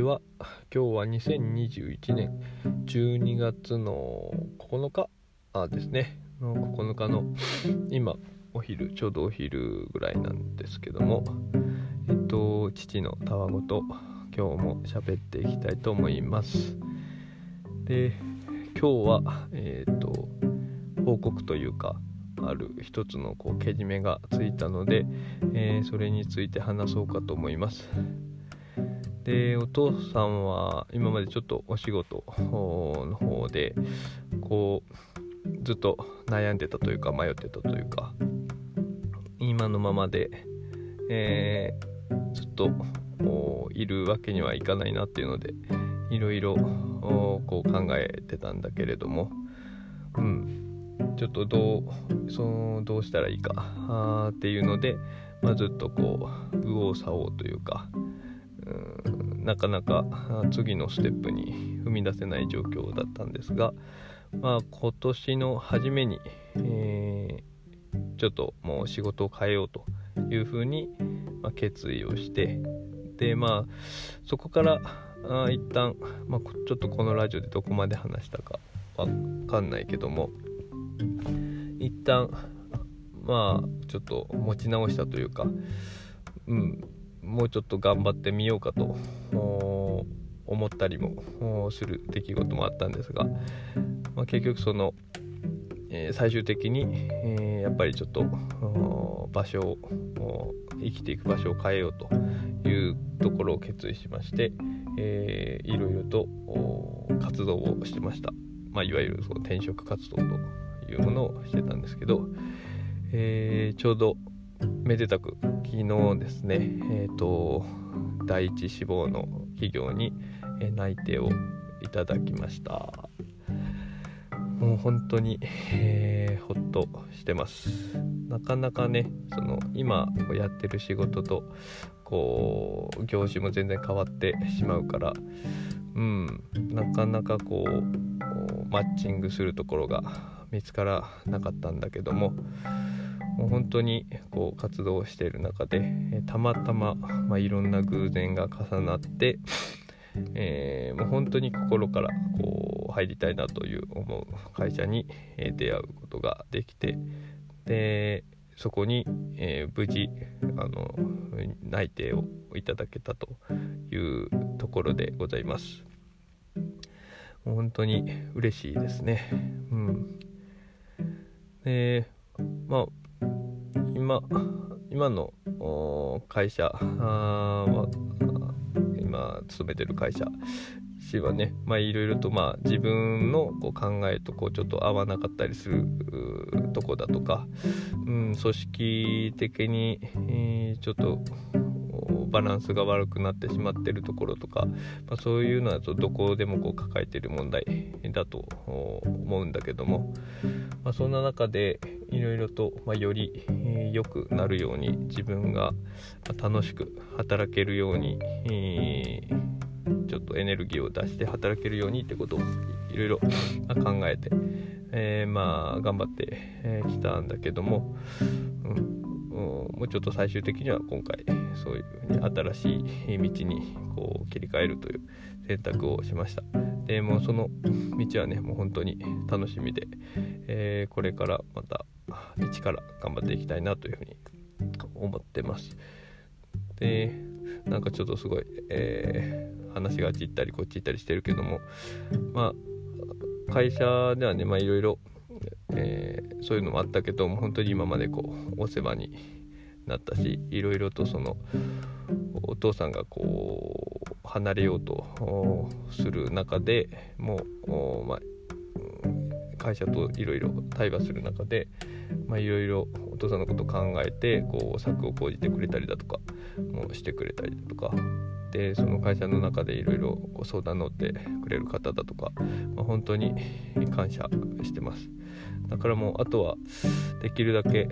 は。今日は2021年12月の9日ですね、9日の今ちょうどお昼ぐらいなんですけども、父のたわごと今日も喋っていきたいと思います。で、今日は報告というかある一つのけじめがついたので、それについて話そうかと思います。で、お父さんは今までちょっとお仕事の方でずっと悩んでたというか迷ってたというか、今のままで、ずっといるわけにはいかないなっていうのでいろいろ考えてたんだけれども、ちょっとどうしたらいいかっていうので、ずっと右往左往というか、なかなか次のステップに踏み出せない状況だったんですが、今年の初めに、ちょっともう仕事を変えようというふうに、決意をして、でそこから一旦、ちょっとこのラジオでどこまで話したかわかんないけども、一旦ちょっと持ち直したというか、もうちょっと頑張ってみようかと思ったりもする出来事もあったんですが、結局最終的に、やっぱりちょっと生きていく場所を変えようというところを決意しまして、いろいろと活動をしてました。いわゆる転職活動というものをしてたんですけど、ちょうどめでたく昨日ですね、第一志望の企業に内定をいただきました。もう本当に、ほっとしてます。なかなかね、今やってる仕事と業種も全然変わってしまうから、なかなかマッチングするところが見つからなかったんだけども、もう本当に活動している中で、たまたま、いろんな偶然が重なって、もう本当に心から入りたいなという思う会社に出会うことができて、でそこに、無事内定をいただけたというところでございます。もう本当に嬉しいですね。で今の会社は今勤めてる会社はね、いろいろと自分の考えとちょっと合わなかったりするとこだとか、組織的に、ちょっとバランスが悪くなってしまっているところとか、そういうのはどこでも抱えている問題だと思うんだけども、そんな中でいろいろと、より良くなるように、自分が楽しく働けるように、ちょっとエネルギーを出して働けるようにってことをいろいろ考えて、頑張ってきたんだけども、もうちょっと最終的には今回そういうふうに新しい道に切り替えるという選択をしました。でもうその道はね、もう本当に楽しみで、これからまた一から頑張っていきたいなというふうに思ってます。で、なんかちょっとすごい、話があっち行ったりこっち行ったりしてるけども、会社ではね、いろいろそういうのもあったけども、本当に今までお世話になったし、いろいろとお父さんが離れようとする中でもう、会社といろいろ対話する中で、いろいろお父さんのことを考えて策を講じてくれたりだとかもしてくれたりだとかで、その会社の中でいろいろ相談乗ってくれる方だとか、本当に感謝してます。だからもうあとはできるだけ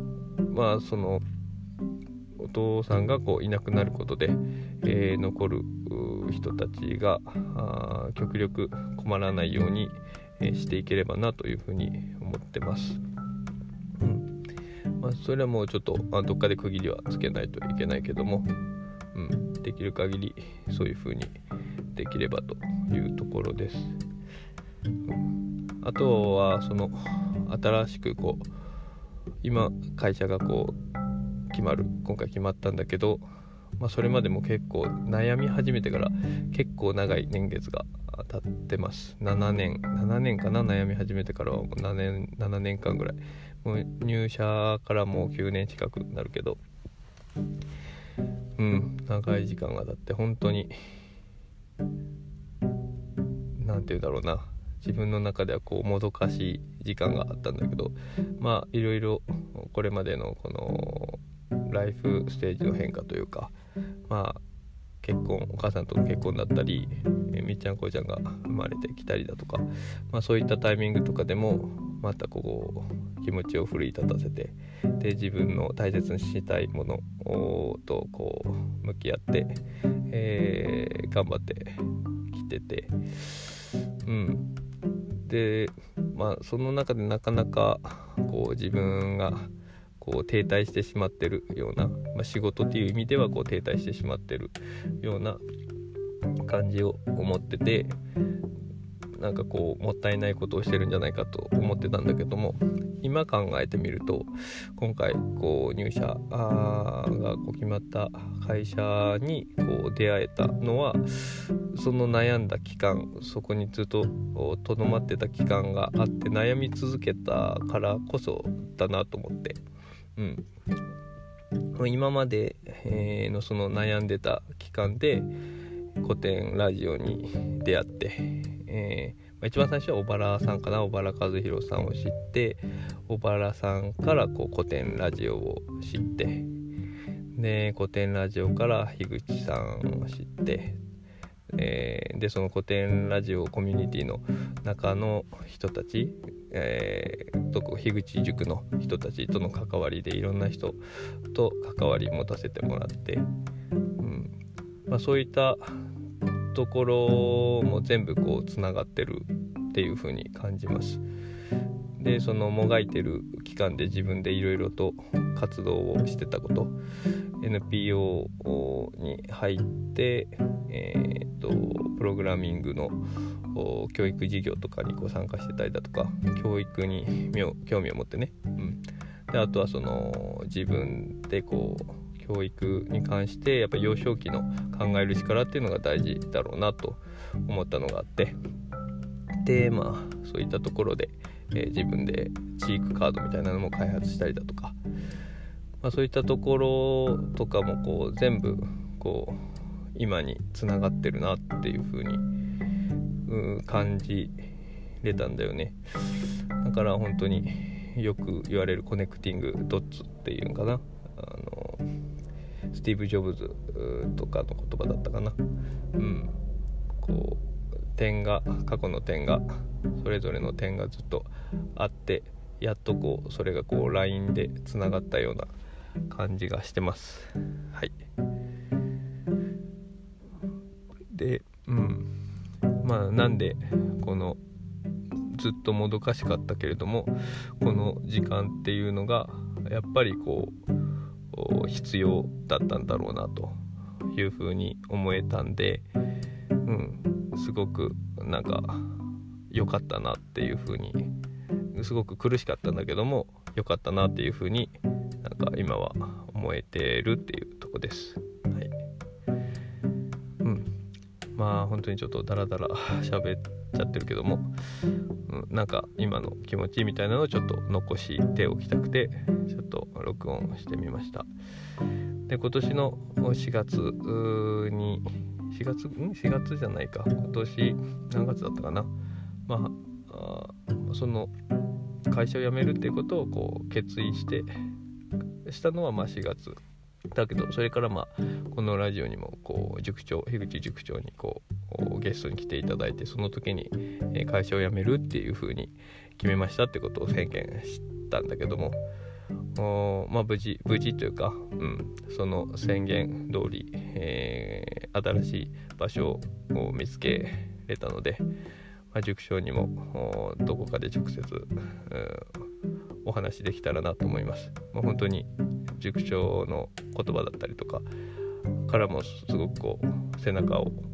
お父さんがいなくなることで、残る人たちが極力困らないようにしていければなというふうに思ってます。それはもうちょっとどっかで区切りはつけないといけないけども、できる限りそういうふうにできればというところです。あとはその新しく今会社が今回決まったんだけど、それまでも結構悩み始めてから結構長い年月が経ってます。7年かな。悩み始めてからはもう7年間ぐらい、もう入社からもう9年近くなるけど、長い時間が経って本当になんていうんだろうな、自分の中ではもどかしい時間があったんだけど、いろいろこれまでのこのライフステージの変化というか、結婚、お母さんとの結婚だったり、みっちゃんこうちゃんが生まれてきたりだとか、そういったタイミングとかでもまた気持ちを奮い立たせて、で自分の大切にしたいものと向き合って、頑張ってきてて、でその中でなかなか自分が停滞してしまってるような、仕事っていう意味では停滞してしまってるような感じを思ってて、なんかもったいないことをしてるんじゃないかと思ってたんだけども、今考えてみると、今回入社が決まった会社に出会えたのは、その悩んだ期間、そこにずっととどまってた期間があって悩み続けたからこそだなと思って、今までのその悩んでた期間で古典ラジオに出会って、一番最初は小原さんかな、小原和弘さんを知って、小原さんから古典ラジオを知って、で古典ラジオから樋口さんを知って、でその古典ラジオコミュニティの中の人たち、樋口塾の人たちとの関わりでいろんな人と関わり持たせてもらって、そういったところも全部つながってるっていう風に感じます。でそのもがいてる期間で自分でいろいろと活動をしてたこと、 NPO に入って、プログラミングの教育事業とかに参加してたりだとか、教育に興味を持ってね、であとはその自分で教育に関してやっぱり幼少期の考える力っていうのが大事だろうなと思ったのがあって、でそういったところで、自分でチークカードみたいなのも開発したりだとか、そういったところとかも全部今につながってるなっていう風に、感じれたんだよね。だから本当によく言われるコネクティングドッツっていうのかな、スティーブ・ジョブズとかの言葉だったかな。過去の点がそれぞれの点がずっとあって、やっとそれがラインでつながったような感じがしてます。はい。で、なんでずっともどかしかったけれども、この時間っていうのがやっぱり必要だったんだろうなというふうに思えたんで、すごくなんか良かったなっていうふうに、すごく苦しかったんだけども良かったなっていうふうになんか今は思えてるっていうとこです。はい。本当にちょっとダラダラ喋っちゃってるけども、なんか今の気持ちみたいなのをちょっと残しておきたくてちょっと録音してみました。で今年の4月に4月じゃないか、今年何月だったかな、その会社を辞めるっていうことを決意したのは4月だけど、それからこのラジオにも樋口塾長にゲストに来ていただいて、その時に会社を辞めるっていう風に決めましたってことを宣言したんだけども、無事というか、その宣言通り、新しい場所を見つけれたので、塾長にもどこかで直接お話できたらなと思います。本当に塾長の言葉だったりとかからもすごく背中を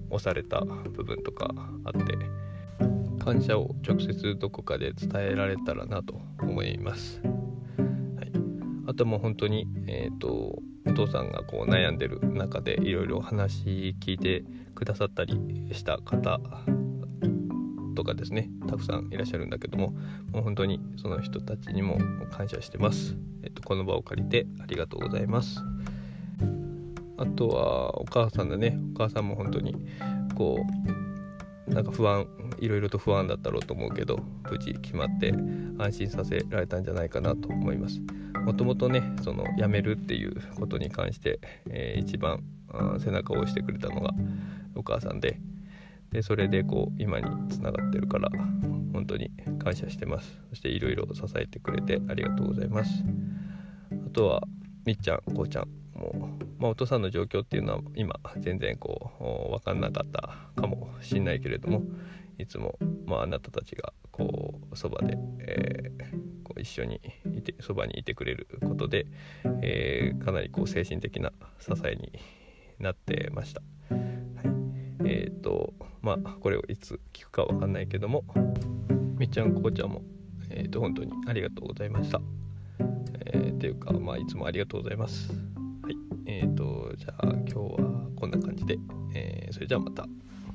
押された部分とかあって、感謝を直接どこかで伝えられたらなと思います。はい、あともう本当に、お父さんがこう悩んでる中でいろいろ話聞いてくださったりした方とかですね、たくさんいらっしゃるんだけども、もう本当にその人たちにも感謝してます。この場を借りてありがとうございます。あとはお母さんだね。お母さんも本当にこうなんかいろいろと不安だったろうと思うけど、無事決まって安心させられたんじゃないかなと思います。もともとね、その辞めるっていうことに関して、一番背中を押してくれたのがお母さんで、それでこう今につながってるから本当に感謝してます。そしていろいろ支えてくれてありがとうございます。あとはみっちゃん、こうちゃんも、お父さんの状況っていうのは今全然こう分かんなかったかもしれないけれども、いつも、あなたたちがこうそばで、こう一緒にいてそばにいてくれることで、かなりこう精神的な支えになってました。はい、これをいつ聞くか分かんないけども、みっちゃん、こうちゃんも、本当にありがとうございました。っていうか、いつもありがとうございます。はい、じゃあ今日はこんな感じで、それじゃあまた。